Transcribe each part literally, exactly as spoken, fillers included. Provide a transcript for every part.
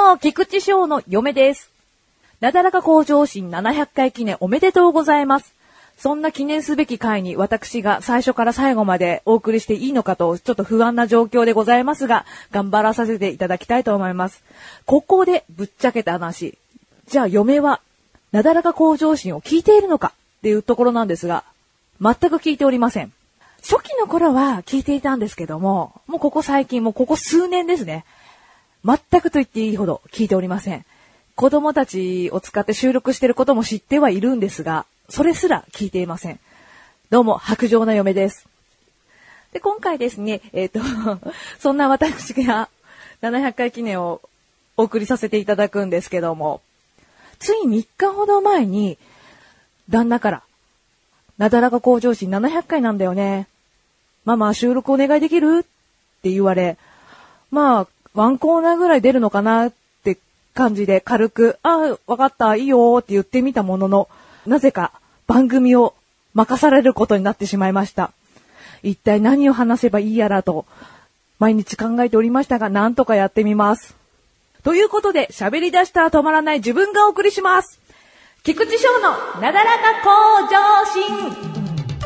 も、菊池翔の嫁です。なだらか向上心ななひゃっかい記念おめでとうございます。そんな記念すべき回に私が最初から最後までお送りしていいのかとちょっと不安な状況でございますが、頑張らさせていただきたいと思います。ここでぶっちゃけた話。じゃあ嫁はなだらか向上心を聞いているのかっていうところなんですが、全く聞いておりません。初期の頃は聞いていたんですけども、もうここ最近、もうここ数年ですね。全くと言っていいほど聞いておりません。子供たちを使って収録していることも知ってはいるんですが、それすら聞いていません。どうも、白状な嫁です。で、今回ですね、えっと、そんな私がななひゃっかい記念をお送りさせていただくんですけども、ついみっかほど前に、旦那から、なだらか向上心ななひゃっかいなんだよね。ママ、収録お願いできるって言われ、まあ、ワンコーナーぐらい出るのかなって感じで軽く、あ、わかった、いいよって言ってみたものの、なぜか番組を任されることになってしまいました。一体何を話せばいいやらと、毎日考えておりましたが、なんとかやってみます。ということで、喋り出したら止まらない自分がお送りします。菊池翔のなだらか向上心。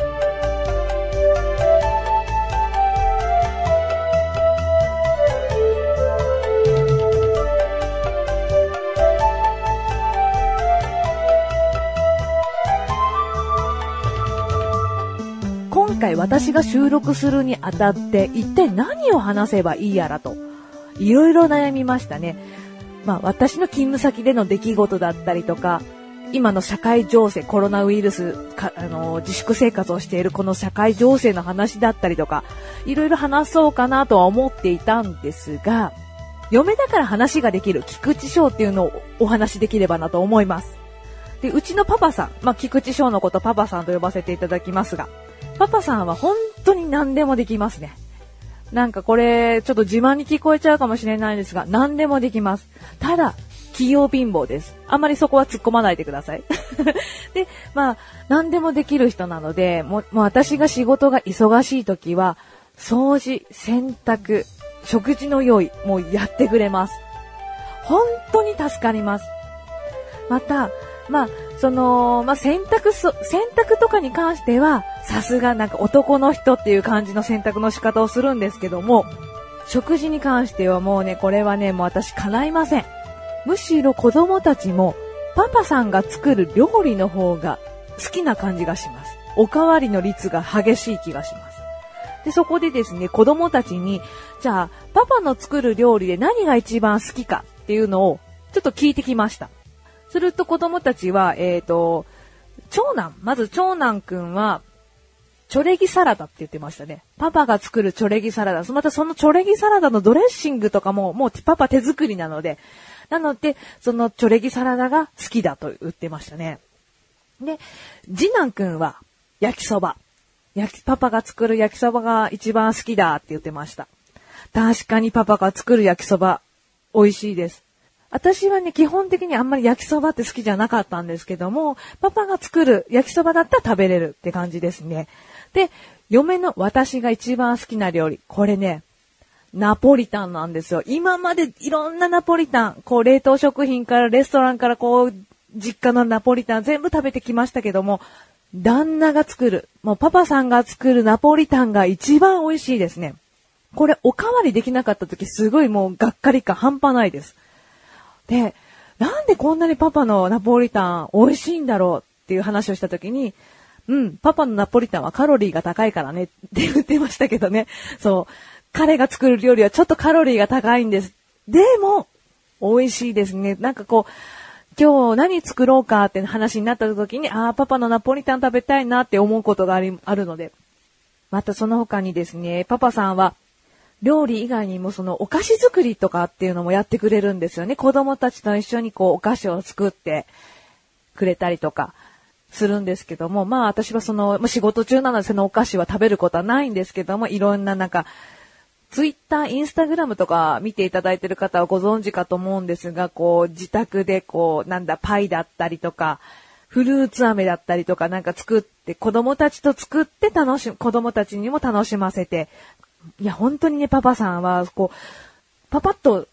今回私が収録するにあたって一体何を話せばいいやらといろいろ悩みましたね。まあ私の勤務先での出来事だったりとか、今の社会情勢、コロナウイルスかあの自粛生活をしているこの社会情勢の話だったりとか、いろいろ話そうかなとは思っていたんですが、嫁だから話ができる菊池翔っていうのをお話しできればなと思います。で、うちのパパさん、まあ菊池翔のことパパさんと呼ばせていただきますが、パパさんは本当に何でもできますね。なんかこれちょっと自慢に聞こえちゃうかもしれないんですが、何でもできます。ただ器用貧乏です。あんまりそこは突っ込まないでください。で、まあ何でもできる人なので、もう、もう私が仕事が忙しい時は掃除、洗濯、食事の用意もうやってくれます。本当に助かります。またまあそのまあ洗濯そ洗濯とかに関してはさすがなんか男の人っていう感じの洗濯の仕方をするんですけども、食事に関してはもうねこれはねもう私叶いません。むしろ子供たちもパパさんが作る料理の方が好きな感じがします。おかわりの率が激しい気がします。でそこでですね子供たちにじゃあパパの作る料理で何が一番好きかっていうのをちょっと聞いてきました。すると子供たちは、えっと、長男、まず長男くんは、チョレギサラダって言ってましたね。パパが作るチョレギサラダ。またそのチョレギサラダのドレッシングとかも、もうパパ手作りなので、なので、そのチョレギサラダが好きだと言ってましたね。で、次男くんは、焼きそば。焼き、パパが作る焼きそばが一番好きだって言ってました。確かにパパが作る焼きそば、美味しいです。私はね、基本的にあんまり焼きそばって好きじゃなかったんですけども、パパが作る焼きそばだったら食べれるって感じですね。で、嫁の私が一番好きな料理、これね、ナポリタンなんですよ。今までいろんなナポリタン、こう冷凍食品からレストランからこう、実家のナポリタン全部食べてきましたけども、旦那が作る、もうパパさんが作るナポリタンが一番美味しいですね。これおかわりできなかった時すごいもうがっかり感半端ないです。で、なんでこんなにパパのナポリタン美味しいんだろうっていう話をしたときに、うん、パパのナポリタンはカロリーが高いからねって言ってましたけどね。そう、彼が作る料理はちょっとカロリーが高いんです。でも、美味しいですね。なんかこう、今日何作ろうかって話になった時に、ああ、パパのナポリタン食べたいなって思うことがあり、あるので。またその他にですね、パパさんは、料理以外にもそのお菓子作りとかっていうのもやってくれるんですよね。子供たちと一緒にこうお菓子を作ってくれたりとかするんですけども、まあ私はその仕事中なのでそのお菓子は食べることはないんですけども、いろんななんかツイッター、インスタグラムとか見ていただいている方はご存知かと思うんですが、こう自宅でこうなんだパイだったりとかフルーツ飴だったりとかなんか作って子供たちと作って楽しむ、子供たちにも楽しませて、いや本当にねパパさんはこうパパッと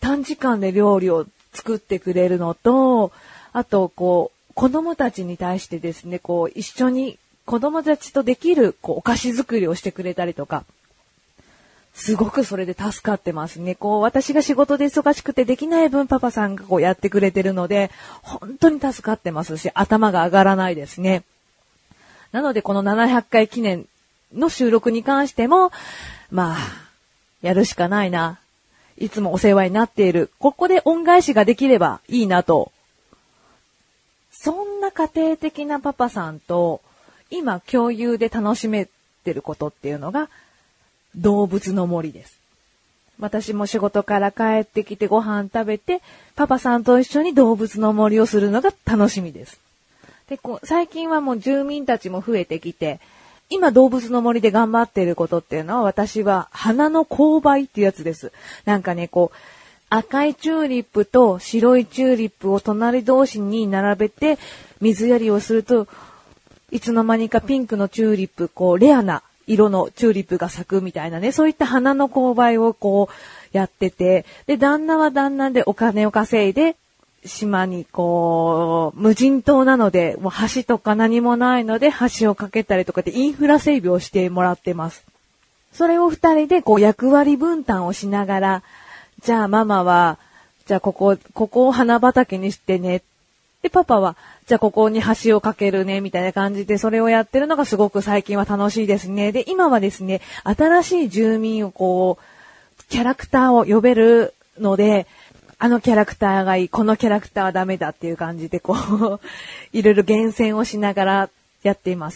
短時間で料理を作ってくれるのと、あと、こう、子供たちに対してですね、こう、一緒に子供たちとできる、こう、お菓子作りをしてくれたりとか、すごくそれで助かってますね。こう、私が仕事で忙しくてできない分パパさんがこうやってくれてるので、本当に助かってますし、頭が上がらないですね。なので、このななひゃっかい記念の収録に関しても、まあ、やるしかないな。いつもお世話になっている。ここで恩返しができればいいなと。そんな家庭的なパパさんと、今共有で楽しめてることっていうのが、動物の森です。私も仕事から帰ってきてご飯食べて、パパさんと一緒に動物の森をするのが楽しみです。で、こう最近はもう住民たちも増えてきて、今動物の森で頑張っていることっていうのは、私は花の交配っていうやつです。なんかね、こう、赤いチューリップと白いチューリップを隣同士に並べて水やりをすると、いつの間にかピンクのチューリップ、こう、レアな色のチューリップが咲くみたいなね、そういった花の購買をこうやってて、で、旦那は旦那でお金を稼いで、島にこう、無人島なので、もう橋とか何もないので、橋を架けたりとかでインフラ整備をしてもらってます。それを二人でこう役割分担をしながら、じゃあママは、じゃあここ、ここを花畑にしてね。で、パパは、じゃあここに橋を架けるね、みたいな感じで、それをやってるのがすごく最近は楽しいですね。で、今はですね、新しい住民をこう、キャラクターを呼べるので、あのキャラクターがいい、このキャラクターはダメだっていう感じで、こう、いろいろ厳選をしながらやっています。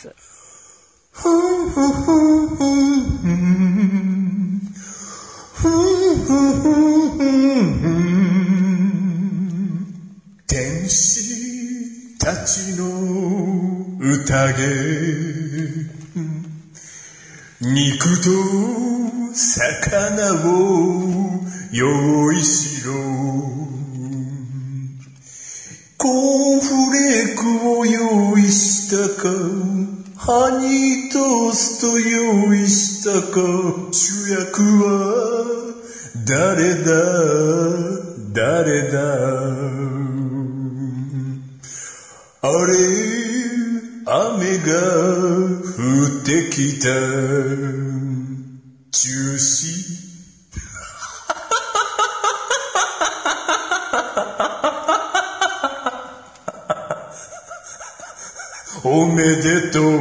天使たちの宴、肉と魚を用意しろ、コーンフレークを用意したか、ハニートースト用意したか、主役は誰だ誰だ、あれ雨が降ってきた、中止おめでとう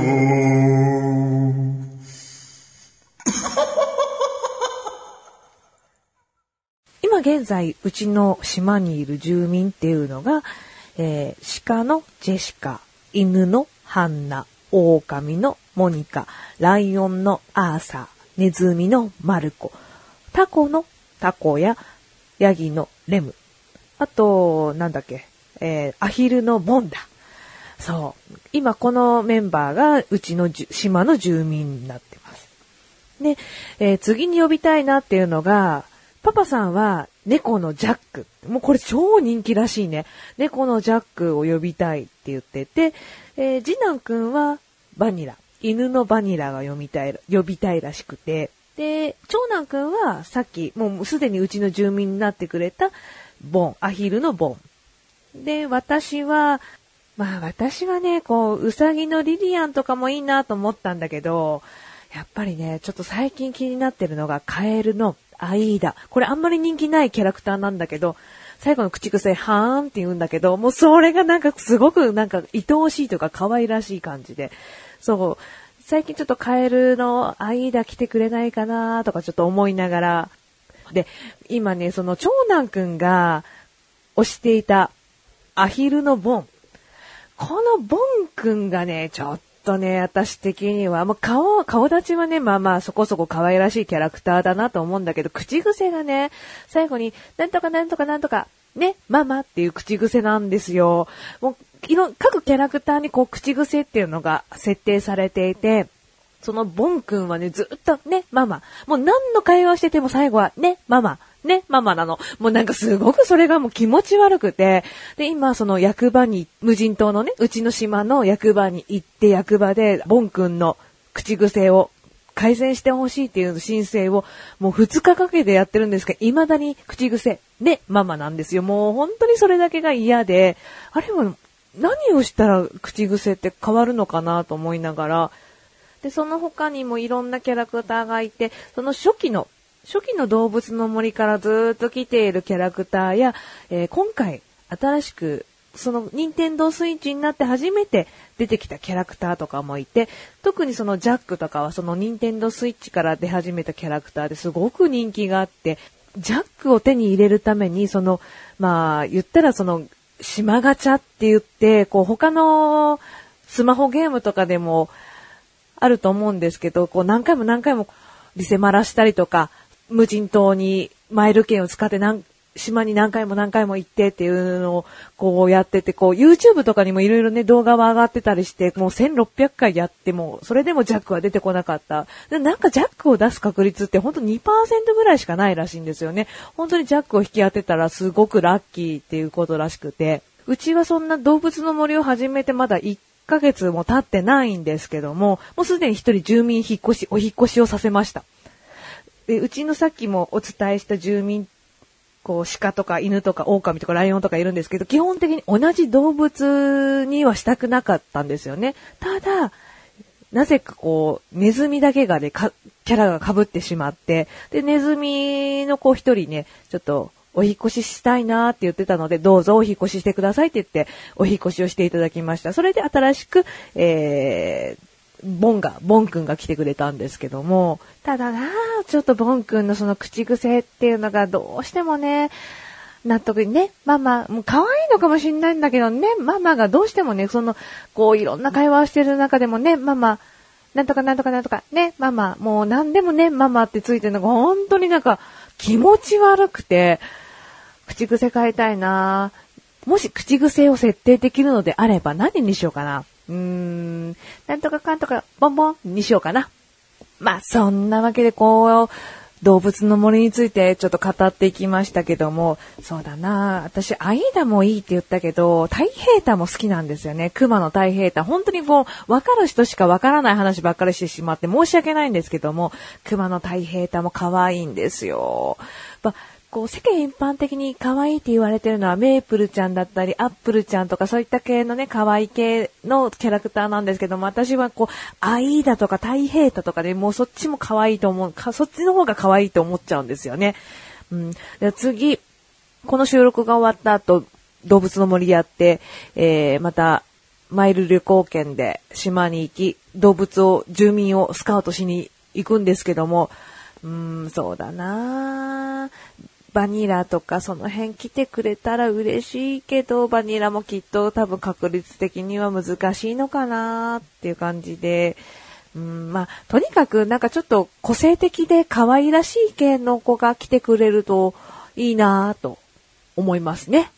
今現在うちの島にいる住民っていうのが、えー、鹿のジェシカ、犬のハンナ、狼のモニカ、ライオンのアーサー、ネズミのマルコ、タコのタコやヤギのレム、あとなんだっけ、えー、アヒルのボンだ。そう。今このメンバーがうちの島の住民になってます。で、えー、次に呼びたいなっていうのが、パパさんは猫のジャック。もうこれ超人気らしいね。猫のジャックを呼びたいって言ってて、えー、次男くんはバニラ。犬のバニラが呼びたい、呼びたいらしくて。で、長男くんはさっきもうすでにうちの住民になってくれたボン、アヒルのボン。で、私は、まあ私はね、こう、うさぎのリリアンとかもいいなと思ったんだけど、やっぱりね、ちょっと最近気になってるのがカエルのアイーダ。これあんまり人気ないキャラクターなんだけど、最後の口癖、はーんって言うんだけど、もうそれがなんかすごくなんか愛おしいというか可愛らしい感じで。そう、最近ちょっとカエルのアイーダ来てくれないかなとかちょっと思いながら。で、今ね、その長男くんが推していたアヒルのボン。このボンくんがね、ちょっとね、私的には、もう顔、顔立ちはね、まあまあそこそこ可愛らしいキャラクターだなと思うんだけど、口癖がね、最後に、なんとかなんとかなんとか、ね、ママっていう口癖なんですよ。もう、いろ、各キャラクターにこう、口癖っていうのが設定されていて、そのボンくんはね、ずっとね、ママ。もう何の会話をしてても最後は、ね、ママ。ね、ママなの。もうなんかすごくそれがもう気持ち悪くて。で、今その役場に、無人島のね、うちの島の役場に行って役場で、ボンくんの口癖を改善してほしいっていう申請をもうふつかかけてやってるんですが、未だに口癖でママなんですよ。もう本当にそれだけが嫌で、あれも何をしたら口癖って変わるのかなと思いながら、で、その他にもいろんなキャラクターがいて、その初期の、初期の動物の森からずっと来ているキャラクターや、えー、今回新しくその任天堂スイッチになって初めて出てきたキャラクターとかもいて、特にそのジャックとかはその任天堂スイッチから出始めたキャラクターですごく人気があって、ジャックを手に入れるためにその、まあ言ったらその島ガチャって言って、こう他のスマホゲームとかでもあると思うんですけど、こう何回も何回もリセマラしたりとか、無人島にマイル券を使って何島に何回も何回も行ってっていうのをこうやってて、こう YouTube とかにもいろいろね動画は上がってたりして、もうせんろっぴゃっかいやってもそれでもジャックは出てこなかった。でなんかジャックを出す確率ってほんと にパーセント ぐらいしかないらしいんですよね。本当にジャックを引き当てたらすごくラッキーっていうことらしくて、うちはそんな動物の森を始めてまだいっかげつも経ってないんですけども、もうすでに一人住民引っ越しお引っ越しをさせました。でうちのさっきもお伝えした住民、こう鹿とか犬とか狼とかライオンとかいるんですけど、基本的に同じ動物にはしたくなかったんですよね。ただなぜかこうネズミだけがねかキャラが被ってしまって、でネズミの子一人ねちょっとお引越ししたいなーって言ってたので、どうぞお引越ししてくださいって言ってお引越しをしていただきました。それで新しく、えー、ボンが、ボンくんが来てくれたんですけども、ただなー、ちょっとボンくんのその口癖っていうのがどうしてもね、納得にね、ママ、もう可愛いのかもしれないんだけどね、ママがどうしてもね、その、こういろんな会話をしてる中でもね、ママ、なんとかなんとかなんとか、ね、ママ、もう何でもね、ママってついてるのが本当になんか気持ち悪くて、口癖変えたいなー。もし口癖を設定できるのであれば何にしようかな。うーん、なんとかかんとかボンボンにしようかな。まあそんなわけでこう動物の森についてちょっと語っていきましたけども、そうだな、私アイダもいいって言ったけどタイヘイタも好きなんですよね。クマのタイヘイタ、本当にこう分かる人しか分からない話ばっかりしてしまって申し訳ないんですけども、クマのタイヘイタも可愛いんですよ。まあこう世間一般的に可愛いって言われてるのはメープルちゃんだったりアップルちゃんとかそういった系のね可愛い系のキャラクターなんですけども、私はこうアイーダとかタイヘイタとかでもうそっちも可愛いと思うか、そっちの方が可愛いと思っちゃうんですよね。うん、で次この収録が終わった後動物の森やって、えー、またマイル旅行券で島に行き動物を住民をスカウトしに行くんですけども、うーんそうだな、バニラとかその辺来てくれたら嬉しいけど、バニラもきっと多分確率的には難しいのかなっていう感じで、うん、まあとにかくなんかちょっと個性的で可愛らしい系の子が来てくれるといいなと思いますね。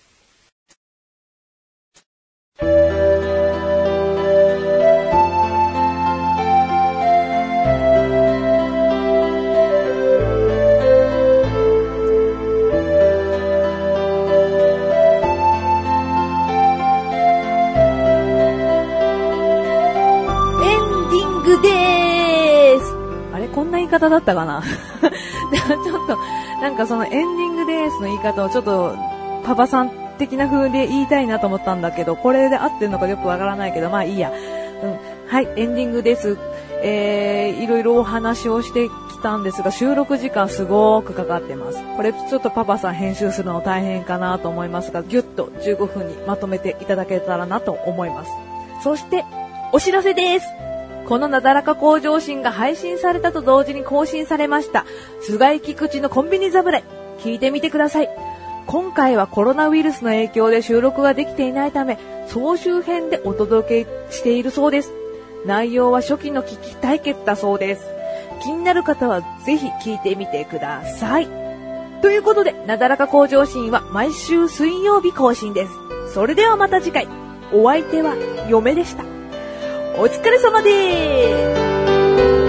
こんな言い方だったかなでちょっとなんかそのエンディングですの言い方をちょっとパパさん的な風で言いたいなと思ったんだけど、これで合ってるのかよくわからないけどまあいいや、うん、はいエンディングです。えー、いろいろお話をしてきたんですが収録時間すごくかかってます。これちょっとパパさん編集するの大変かなと思いますが、ぎゅっとじゅうごふんにまとめていただけたらなと思います。そしてお知らせです。このなだらか向上心が配信されたと同時に更新されました菅井菊池のコンビニ侍、聞いてみてください。今回はコロナウイルスの影響で収録ができていないため総集編でお届けしているそうです。内容は初期の危機対決だそうです。気になる方はぜひ聞いてみてください。ということでなだらか向上心は毎週水曜日更新です。それではまた次回。お相手は嫁でした。お疲れ様です。